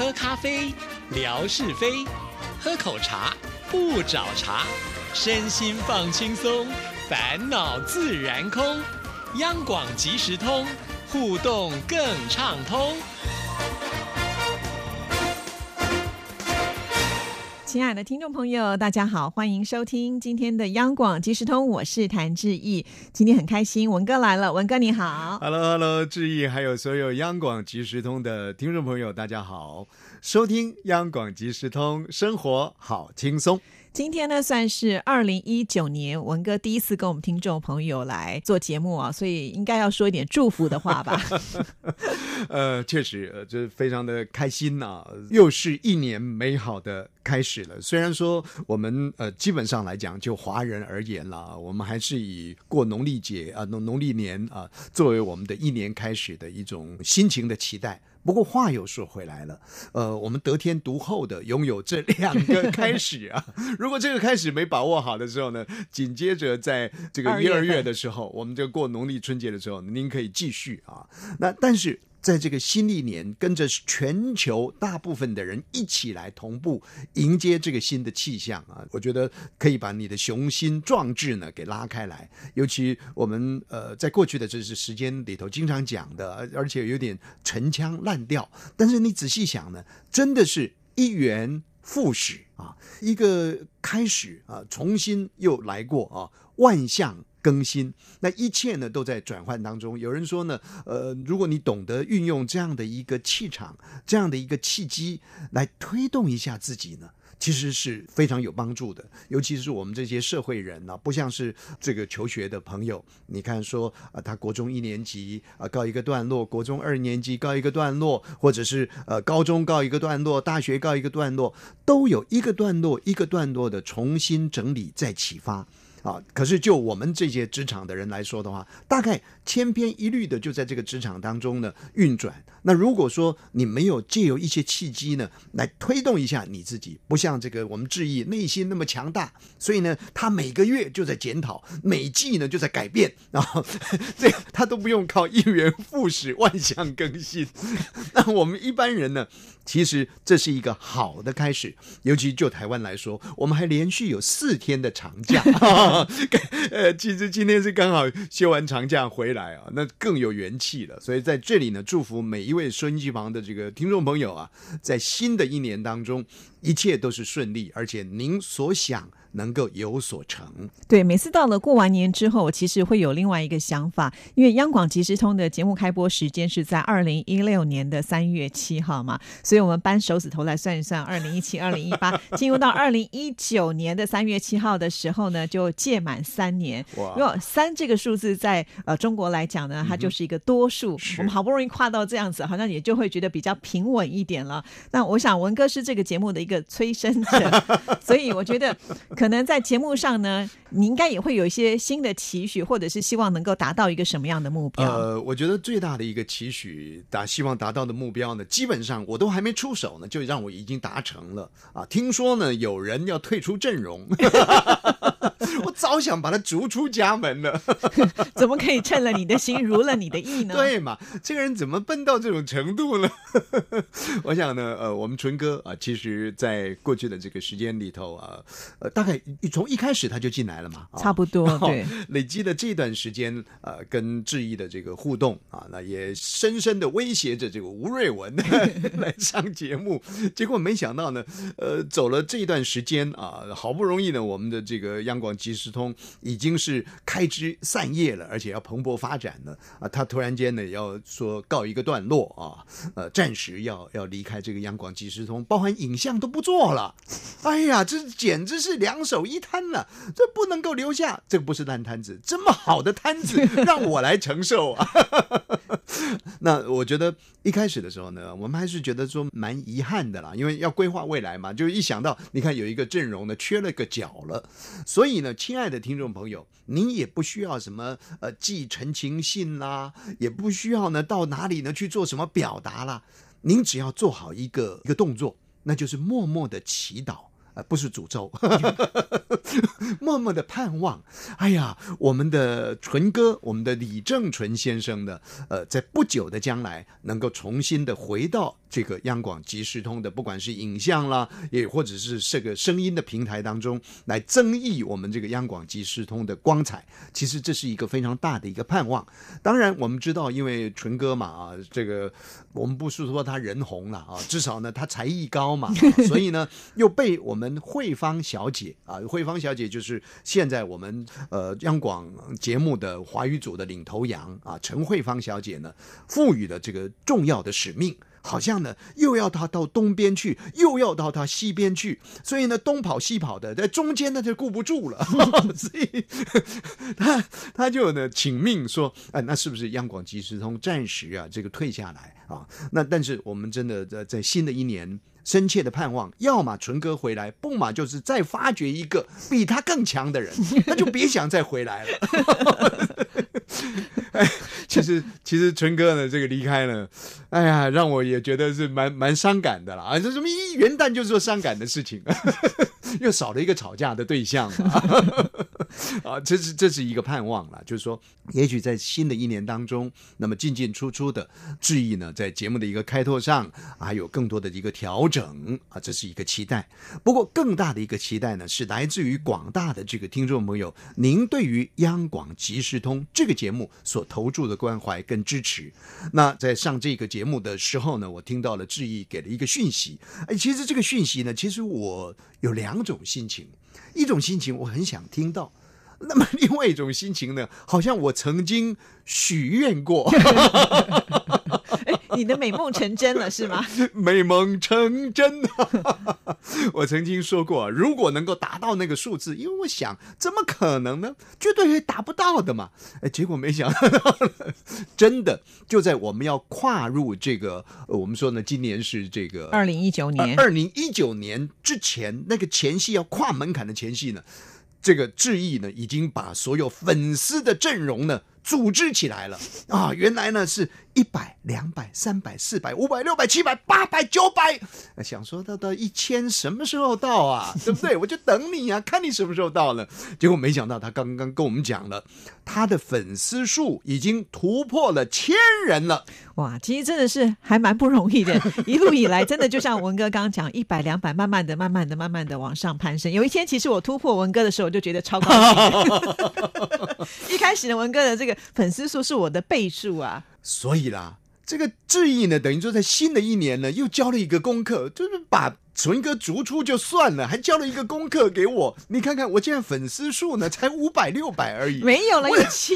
喝咖啡，聊是非；喝口茶，不找茬。身心放轻松，烦恼自然空。央广即时通，互动更畅通。 亲爱的听众朋友，大家好，欢迎收听今天的央广即时通，我是谭志毅。今天很开心，文哥来了，文哥你好。 Hello， 志毅，还有所有央广即时通的听众朋友，大家好，收听央广即时通，生活好轻松。 今天呢，算是2019年文哥第一次跟我们听众朋友来做节目啊，所以应该要说一点祝福的话吧。 确实，这非常的开心啊，又是一年美好的开始了。虽然说我们基本上来讲，就华人而言啦，我们还是以过农历节啊、农历年啊作为我们的一年开始的一种心情的期待。不过话又说回来了，我们得天独厚的拥有这两个开始啊。如果这个开始没把握好的时候呢，紧接着在这个1、2月的时候，我们就过农历春节的时候，您可以继续啊。那但是在这个新历年，跟着全球大部分的人一起来同步迎接这个新的气象啊，我觉得可以把你的雄心壮志呢给拉开来。尤其我们在过去的这是时间里头经常讲的，而且有点陈腔滥调，但是你仔细想呢，真的是一元复始啊，一个开始啊，重新又来过啊，万象更新，那一切呢都在转换当中。有人说呢，如果你懂得运用这样的一个气场，这样的一个契机来推动一下自己呢，其实是非常有帮助的。尤其是我们这些社会人呢，不像是这个求学的朋友，你看说他国中1年级告一个段落，国中2年级告一个段落，或者是高中告一个段落，大学告一个段落，都有一个段落一个段落的重新整理再启发。可是就我们这些职场的人来说的话，大概千篇一律的就在这个职场当中呢运转。那如果说你没有借由一些契机呢来推动一下你自己，不像这个我们志毅内心那么强大，所以呢他每个月就在检讨，每季呢就在改变，然后这个他都不用靠一元复始万象更新。那我们一般人呢，其实这是一个好的开始，尤其就台湾来说，我们还连续有4天的长假。其实今天是刚好休完长假回来啊，那更有元气了。所以在这里呢，祝福每一位收音机旁的这个听众朋友啊，在新的一年当中，一切都是顺利，而且您所想能够有所成。 对，每次到了过完年之后，其实会有另外一个想法，因为央广即时通的节目开播时间是在2016年的3月7号嘛，所以我们搬手指头来算一算，2017、2018，进入到2019年的3月7号的时候呢，就届满3年。因为3这个数字在中国来讲呢，它就是一个多数，我们好不容易跨到这样子，好像也就会觉得比较平稳一点了。那我想文哥是这个节目的一个催生者，所以我觉得可能在节目上呢，你应该也会有一些新的期许，或者是希望能够达到一个什么样的目标？ 我觉得最大的一个期许，希望达到的目标呢，基本上我都还没出手呢，就让我已经达成了啊！听说呢，有人要退出阵容，我早想把他逐出家门了。 怎么可以趁了你的心，如了你的意呢？ 对嘛，这个人怎么笨到这种程度呢？我想呢，我们纯哥啊，其实在过去的这个时间里头啊，大概从一开始他就进来了嘛， 差不多，对， 累积的这段时间，跟志毅的这个互动啊，那也深深的威胁着这个吴瑞文来上节目。结果没想到呢，走了这一段时间啊，好不容易呢，我们的这个央广即时通已经是开枝散叶了，而且要蓬勃发展了啊。他突然间呢要说告一个段落啊，暂时要离开这个央广即时通，包含影像都不做了。哎呀，这简直是两手一摊了，这不能够留下，这个不是烂摊子，这么好的摊子让我来承受啊。那我觉得一开始的时候呢，我们还是觉得说蛮遗憾的啦，因为要规划未来嘛，就一想到你看有一个阵容呢缺了个角了，所以呢，亲爱的听众朋友，您也不需要什么寄陈情信啦，也不需要呢到哪里呢去做什么表达啦，您只要做好一个动作，那就是默默的祈祷。不是诅咒，默默的盼望。哎呀，我们的纯哥，我们的李正淳先生呢，在不久的将来能够重新的回到这个央广即时通的，不管是影像啦，也或者是这个声音的平台当中，来增益我们这个央广即时通的光彩。其实这是一个非常大的一个盼望。当然我们知道，因为纯哥嘛这个我们不是说他人红了至少呢他才艺高嘛所以呢又被我们慧芳小姐慧芳小姐就是现在我们央广节目的华语组的领头羊陈慧芳小姐呢赋予了这个重要的使命。好像呢又要他到东边去，又要到他西边去，所以呢东跑西跑的，在中间呢就顾不住了所以他就呢请命说那是不是央广即时通暂时这个退下来那但是我们真的在新的一年深切的盼望，要么纯哥回来，不嘛就是再发掘一个比他更强的人，那就别想再回来了其实纯哥呢这个离开呢，哎呀，让我也觉得是蛮伤感的啦这什么一元旦就做伤感的事情又少了一个吵架的对象这是一个盼望啦，就是说也许在新的一年当中，那么进进出出的志毅呢在节目的一个开拓上还有更多的一个调整这是一个期待。不过更大的一个期待呢是来自于广大的这个听众朋友，您对于央广即时通这个节目所投注的关怀跟支持。那在上这个节目的时候呢，我听到了志毅给了一个讯息其实这个讯息呢，其实我有两种心情，一种心情我很想听到，那么另外一种心情呢，好像我曾经许愿过你的美梦成真了是吗？ 美梦成真我曾经说过，如果能够达到那个数字，因为我想怎么可能呢，绝对会达不到的嘛结果没想到真的就在我们要跨入这个我们说呢今年是这个2019年之前，那个前夕要跨门槛的前夕呢，这个志毅呢已经把所有粉丝的阵容呢组织起来了原来呢是100、200、300、400、500、600、700、800、900，想说到1000什么时候到啊？对不对？我就等你看你什么时候到了。结果没想到他刚刚跟我们讲了，他的粉丝数已经突破了1000人了。 哇，其实真的是还蛮不容易的一路以来真的就像文哥刚刚讲100、200慢慢的往上攀升。有一天其实我突破文哥的时候，我就觉得超高兴一开始呢，文哥的这个粉丝数是我的倍数所以啦，这个志毅呢，等于说在新的一年呢，又交了一个功课，就是把纯哥逐出就算了，还交了一个功课给我。你看看我现在粉丝数呢，才500、600而已， 没有了，有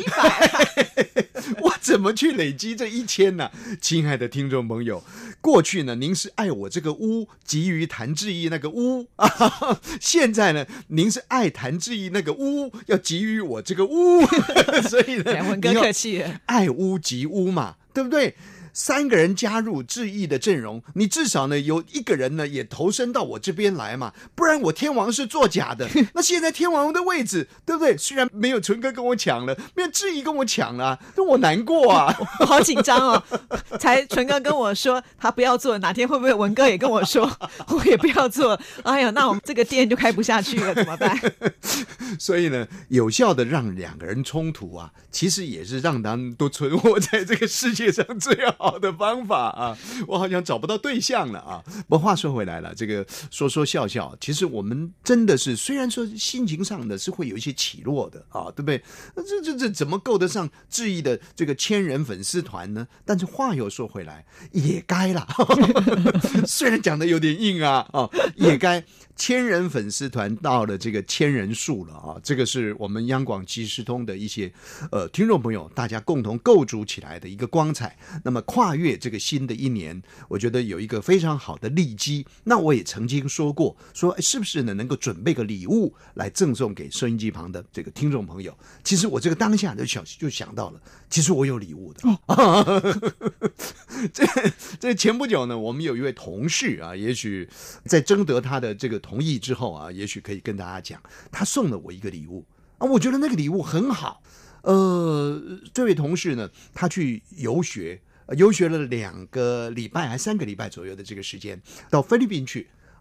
700 我怎么去累积这1000呢？亲爱的听众朋友，过去呢，您是爱我这个乌急于谭志毅那个乌现在呢，您是爱谭志毅那个乌要急于我这个乌所以呢， 文哥客气了， 爱乌及乌嘛，对不对？3个人加入志毅的阵容，你至少呢有1个人呢也投身到我这边来嘛，不然我天王是作假的那现在天王的位置，对不对？虽然没有纯哥跟我抢了，没有志毅跟我抢了那我难过我好紧张才纯哥跟我说他不要做，哪天会不会文哥也跟我说我也不要做，哎呀，那我们这个店就开不下去了，怎么办所以呢，有效的让2个人冲突其实也是让他们都存活在这个世界上最好的方法我好像找不到对象了不过话说回来了，这个说笑笑，其实我们真的是虽然说心情上的是会有一些起落的对不对？这怎么够得上志毅的这个1000人粉丝团呢？但是话又说回来，也该啦虽然讲的有点硬也该1000人粉丝团到了这个1000人数了这个是我们央广即时通的一些听众朋友大家共同构筑起来的一个光彩。那么跨越这个新的一年，我觉得有一个非常好的利基。那我也曾经说过，是不是呢能够准备个礼物来赠送给收音机旁的这个听众朋友？其实我这个当下就想到了，其实我有礼物的这前不久呢，我们有一位同事也许在征得他的这个同意之后也许可以跟大家讲，他送了我一个礼物我觉得那个礼物很好。这位同事呢，他去游学了2个礼拜还3个礼拜左右的这个时间，到菲律宾去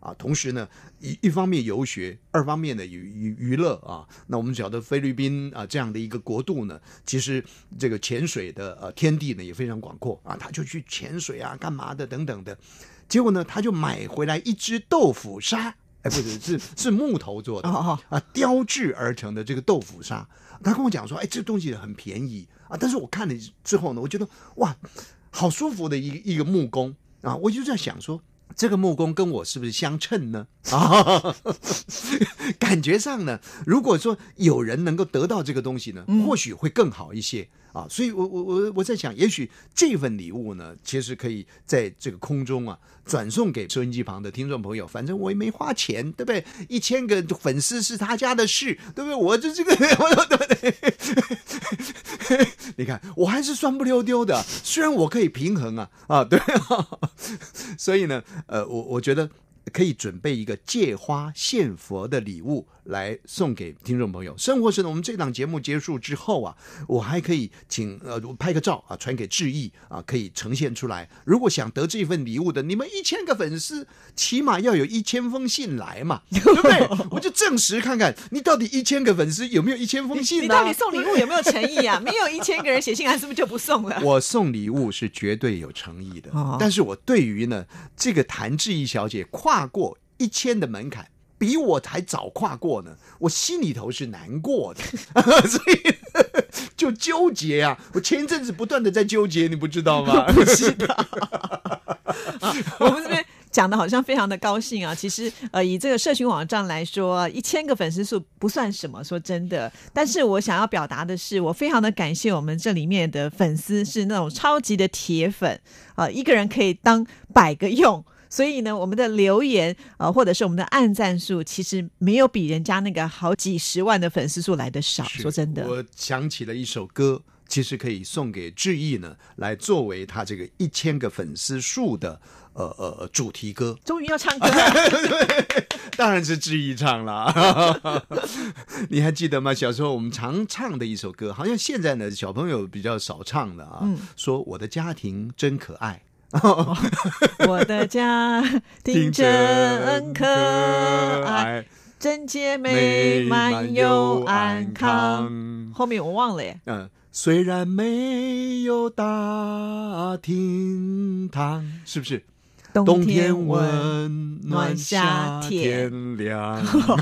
啊，同时呢，一方面游学，二方面的娱乐啊。那我们晓得菲律宾啊这样的一个国度呢，其实这个潜水的天地呢也非常广阔啊，他就去潜水啊，干嘛的等等的。结果呢，他就买回来一只豆腐沙，不是木头做的啊，雕制而成的这个豆腐沙。他跟我讲说，这东西很便宜啊，但是我看了之后呢，我觉得哇，好舒服的一个木工啊，我就在想说，这个木工跟我是不是相称呢？啊，感觉上呢，如果说有人能够得到这个东西呢，或许会更好一些啊。所以我在想，也许这份礼物呢，其实可以在这个空中啊转送给收音机旁的听众朋友。反正我也没花钱，对不对？1000个粉丝是他家的事，对不对？我这个，对不对？你看，我还是酸不溜丢的，虽然我可以平衡啊，对啊。所以呢，我觉得可以准备一个借花献佛的礼物来送给听众朋友。甚或是呢，我们这档节目结束之后啊，我还可以请拍个照啊，传给志毅啊，可以呈现出来。如果想得这份礼物的，你们1000个粉丝，起码要有1000封信来嘛，对不对？我就证实看看你到底1000个粉丝有没有1000封信啊？ 你到底送礼物有没有诚意啊？没有1000个人写信来，是不是就不送了？ 我送礼物是绝对有诚意的，但是我对于呢这个谭志毅小姐跨过1000的门槛，比我还早跨过呢，我心里头是难过的，所以就纠结啊。我前一阵子不断的在纠结，你不知道吗？ 不知道。我们这边讲的好像非常的高兴啊，其实以这个社群网站来说，1000个粉丝数不算什么，说真的。但是我想要表达的是，我非常的感谢我们这里面的粉丝是那种超级的铁粉一个人可以当100个用。所以呢，我们的留言或者是我们的按赞数，其实没有比人家那个好几十万的粉丝数来的少。说真的， 我想起了一首歌，其实可以送给志毅呢，来作为他这个1000个粉丝数的主题歌。 终于要唱歌了， 当然是志毅唱了。你还记得吗？小时候我们常唱的一首歌，好像现在呢小朋友比较少唱了啊。说我的家庭真可爱。 我的家庭真可爱，贞洁美满又安康。后面我忘了耶。 虽然没有大厅堂，是不是？冬天温暖，夏天凉。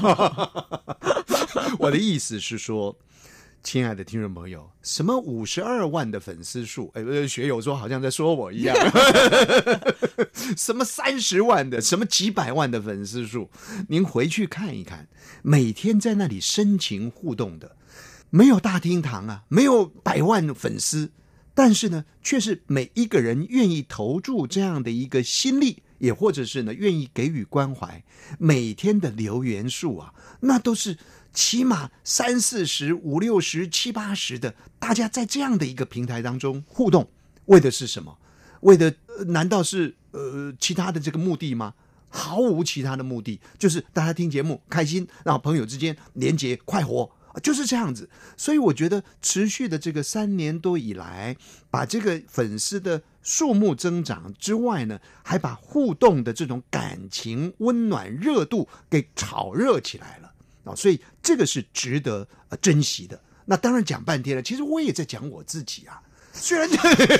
我的意思是说，亲爱的听众朋友，什么52万的粉丝数，学友说好像在说我一样。什么30万的，什么几百万的粉丝数，您回去看一看，每天在那里深情互动的，没有大厅堂啊，没有100万粉丝，但是呢，却是每一个人愿意投注这样的一个心力，也或者是呢，愿意给予关怀。每天的留言数啊，那都是起码30、40、50、60、70、80的，大家在这样的一个平台当中互动，为的是什么？为的难道是其他的这个目的吗？毫无其他的目的，就是大家听节目开心，然后朋友之间连结快活，就是这样子。所以我觉得持续的这个3年多以来，把这个粉丝的数目增长之外呢，还把互动的这种感情温暖热度给炒热起来了。所以这个是值得珍惜的。那当然讲半天了，其实我也在讲我自己啊，虽然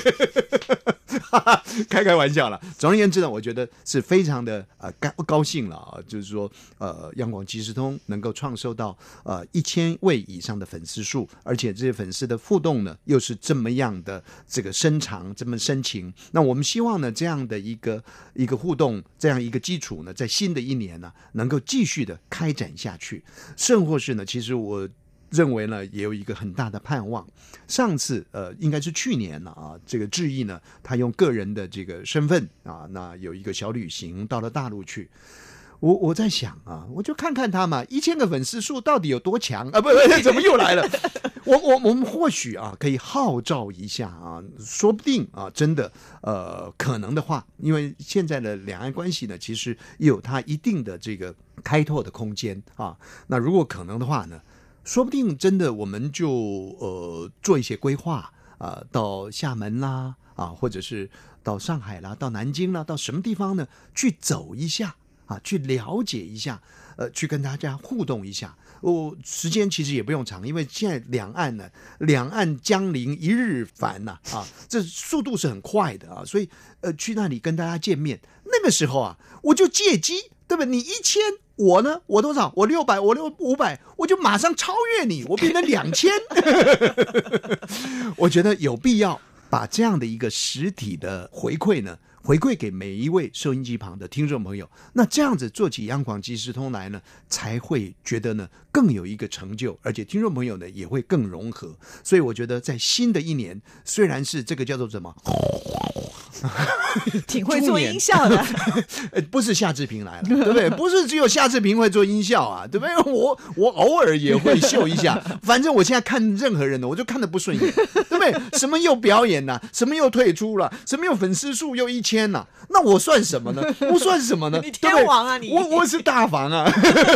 开玩笑了。总而言之呢，我觉得是非常的高兴了啊，就是说央广即时通能够创收到1000位以上的粉丝数，而且这些粉丝的互动呢又是这么样的这个深长，这么深情。那我们希望呢这样的一个互动，这样一个基础呢，在新的一年呢能够继续的开展下去。甚或是呢，其实我认为呢也有一个很大的盼望。上次应该是去年了啊，这个志毅呢他用个人的这个身份啊，那有一个小旅行到了大陆去。我在想啊，我就看看他嘛，1000个粉丝数到底有多强啊？不，怎么又来了？我们或许啊可以号召一下啊，说不定啊真的可能的话，因为现在的两岸关系呢，其实也有它一定的这个开拓的空间啊。那如果可能的话呢，说不定真的我们就做一些规划到厦门啦或者是到上海啦，到南京啦，到什么地方呢去走一下啊，去了解一下，去跟大家互动一下。时间其实也不用长，因为现在两岸江陵一日繁呐，这速度是很快的啊，所以去那里跟大家见面，那个时候啊，我就借机，对吧？你1000，我呢，我多少？我600，我500，我就马上超越你，我变成2000。我觉得有必要把这样的一个实体的回馈呢，回馈给每一位收音机旁的听众朋友，那这样子做起央广即时通来呢，才会觉得呢更有一个成就，而且听众朋友呢也会更融合。所以我觉得在新的一年，虽然是这个叫做什么挺会做音效的不是夏志平来了，对不对？不是只有夏志平会做音效啊，对不对？我偶尔也会秀一下，反正我现在看任何人呢，我就看得不顺眼，对不对？什么又表演了，什么又退出了，什么又粉丝数又1000了，那我算什么呢？我算什么呢？ 你天王啊你！ 我是大房啊。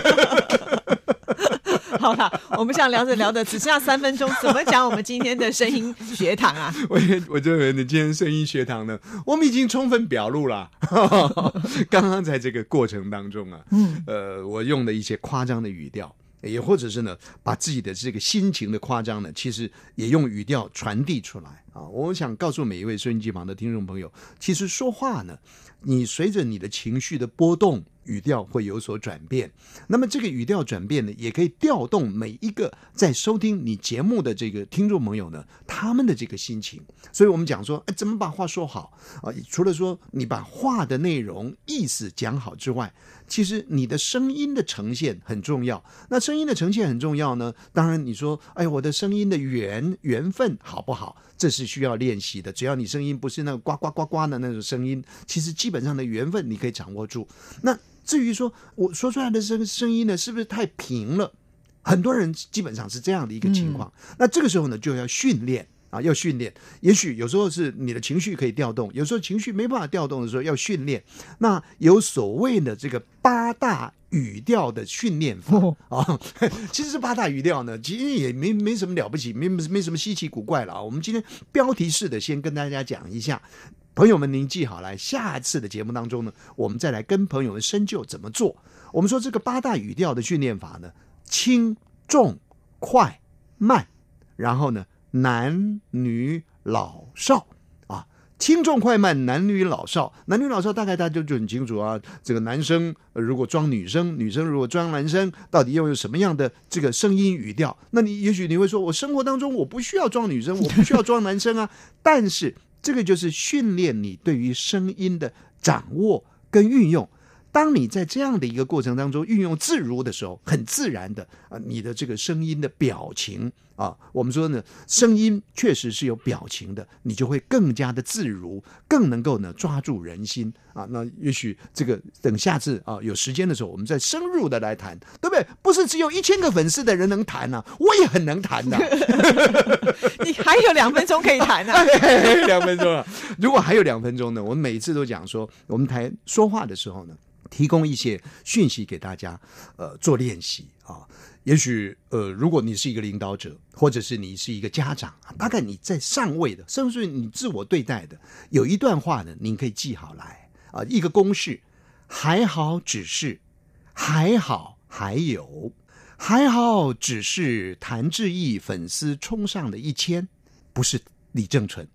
好了，我们想聊着只剩下3分钟，怎么讲我们今天的声音学堂啊？ 我认为呢，今天声音学堂呢，我们已经充分表露了。刚刚在这个过程当中啊，我用的一些夸张的语调，也或者是呢，把自己的这个心情的夸张呢，其实也用语调传递出来啊。我想告诉每一位收音机旁的听众朋友，其实说话呢，你随着你的情绪的波动，语调会有所转变。那么这个语调转变呢，也可以调动每一个在收听你节目的这个听众朋友呢，他们的这个心情。所以我们讲说，怎么把话说好啊？除了说你把话的内容意思讲好之外，其实你的声音的呈现很重要。那声音的呈现很重要呢，当然你说，我的声音的缘分好不好？这是需要练习的。只要你声音不是那个呱呱呱呱的那种声音，其实基本上的缘分你可以掌握住。那至于说我说出来的声音呢，是不是太平了？很多人基本上是这样的一个情况。那这个时候呢，就要训练啊，要训练。也许有时候是你的情绪可以调动，有时候情绪没办法调动的时候要训练。那有所谓的这个8大语调的训练法啊，其实这8大语调呢，其实也没什么了不起，没什么稀奇古怪了啊。我们今天标题式的先跟大家讲一下。朋友们，您记好来，下次的节目当中呢，我们再来跟朋友们深究怎么做。我们说这个8大语调的训练法呢，轻、重、快、慢，然后呢，男女老少啊，轻重快慢，男女老少，男女老少大概大家就很清楚啊。这个男生如果装女生，女生如果装男生，到底要有什么样的这个声音语调？那也许你会说，我生活当中我不需要装女生，我不需要装男生啊，但是这个就是训练你对于声音的掌握跟运用。当你在这样的一个过程当中运用自如的时候，很自然的你的这个声音的表情啊，我们说呢，声音确实是有表情的，你就会更加的自如，更能够呢抓住人心啊。那也许这个等下次啊有时间的时候，我们再深入的来谈，对不对？不是只有1000个粉丝的人能谈啊，我也很能谈的。 你还有2分钟可以谈啊 ？2分钟啊！如果还有2分钟呢，我们每一次都讲说，我们谈说话的时候呢，提供一些讯息给大家，做练习啊。也许如果你是一个领导者，或者是你是一个家长，大概你在上位的，甚至你自我对待的，有一段话呢，您可以记好来啊，一个公式：还好只是，还好还有，还好只是谭志毅粉丝冲上了1000，不是李正淳。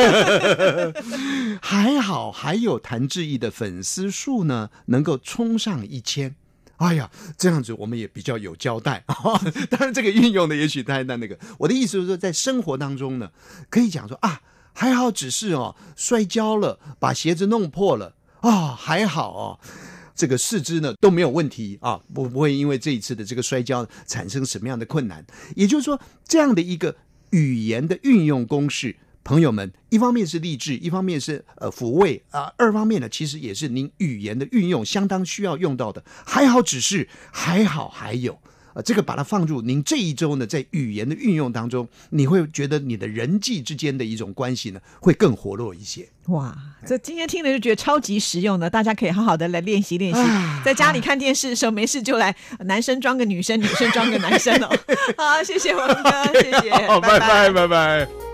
还好还有谭志毅的粉丝数呢，能够冲上1000。哎呀，这样子我们也比较有交代。当然这个运用的也许太那个，我的意思是说，在生活当中呢，可以讲说啊，还好只是摔跤了，把鞋子弄破了啊，还好这个四肢呢都没有问题啊，不会因为这一次的这个摔跤产生什么样的困难。也就是说，这样的一个语言的运用公式，朋友们，一方面是励志，一方面是抚慰啊，二方面呢，其实也是您语言的运用相当需要用到的。还好只是，还好还有这个把它放入您这一周呢，在语言的运用当中，你会觉得你的人际之间的一种关系呢，会更活络一些。 哇，这今天听了就觉得超级实用的，大家可以好好的来练习练习，在家里看电视的时候没事就来，男生装个女生，女生装个男生好，谢谢文哥，谢谢， 拜拜拜拜。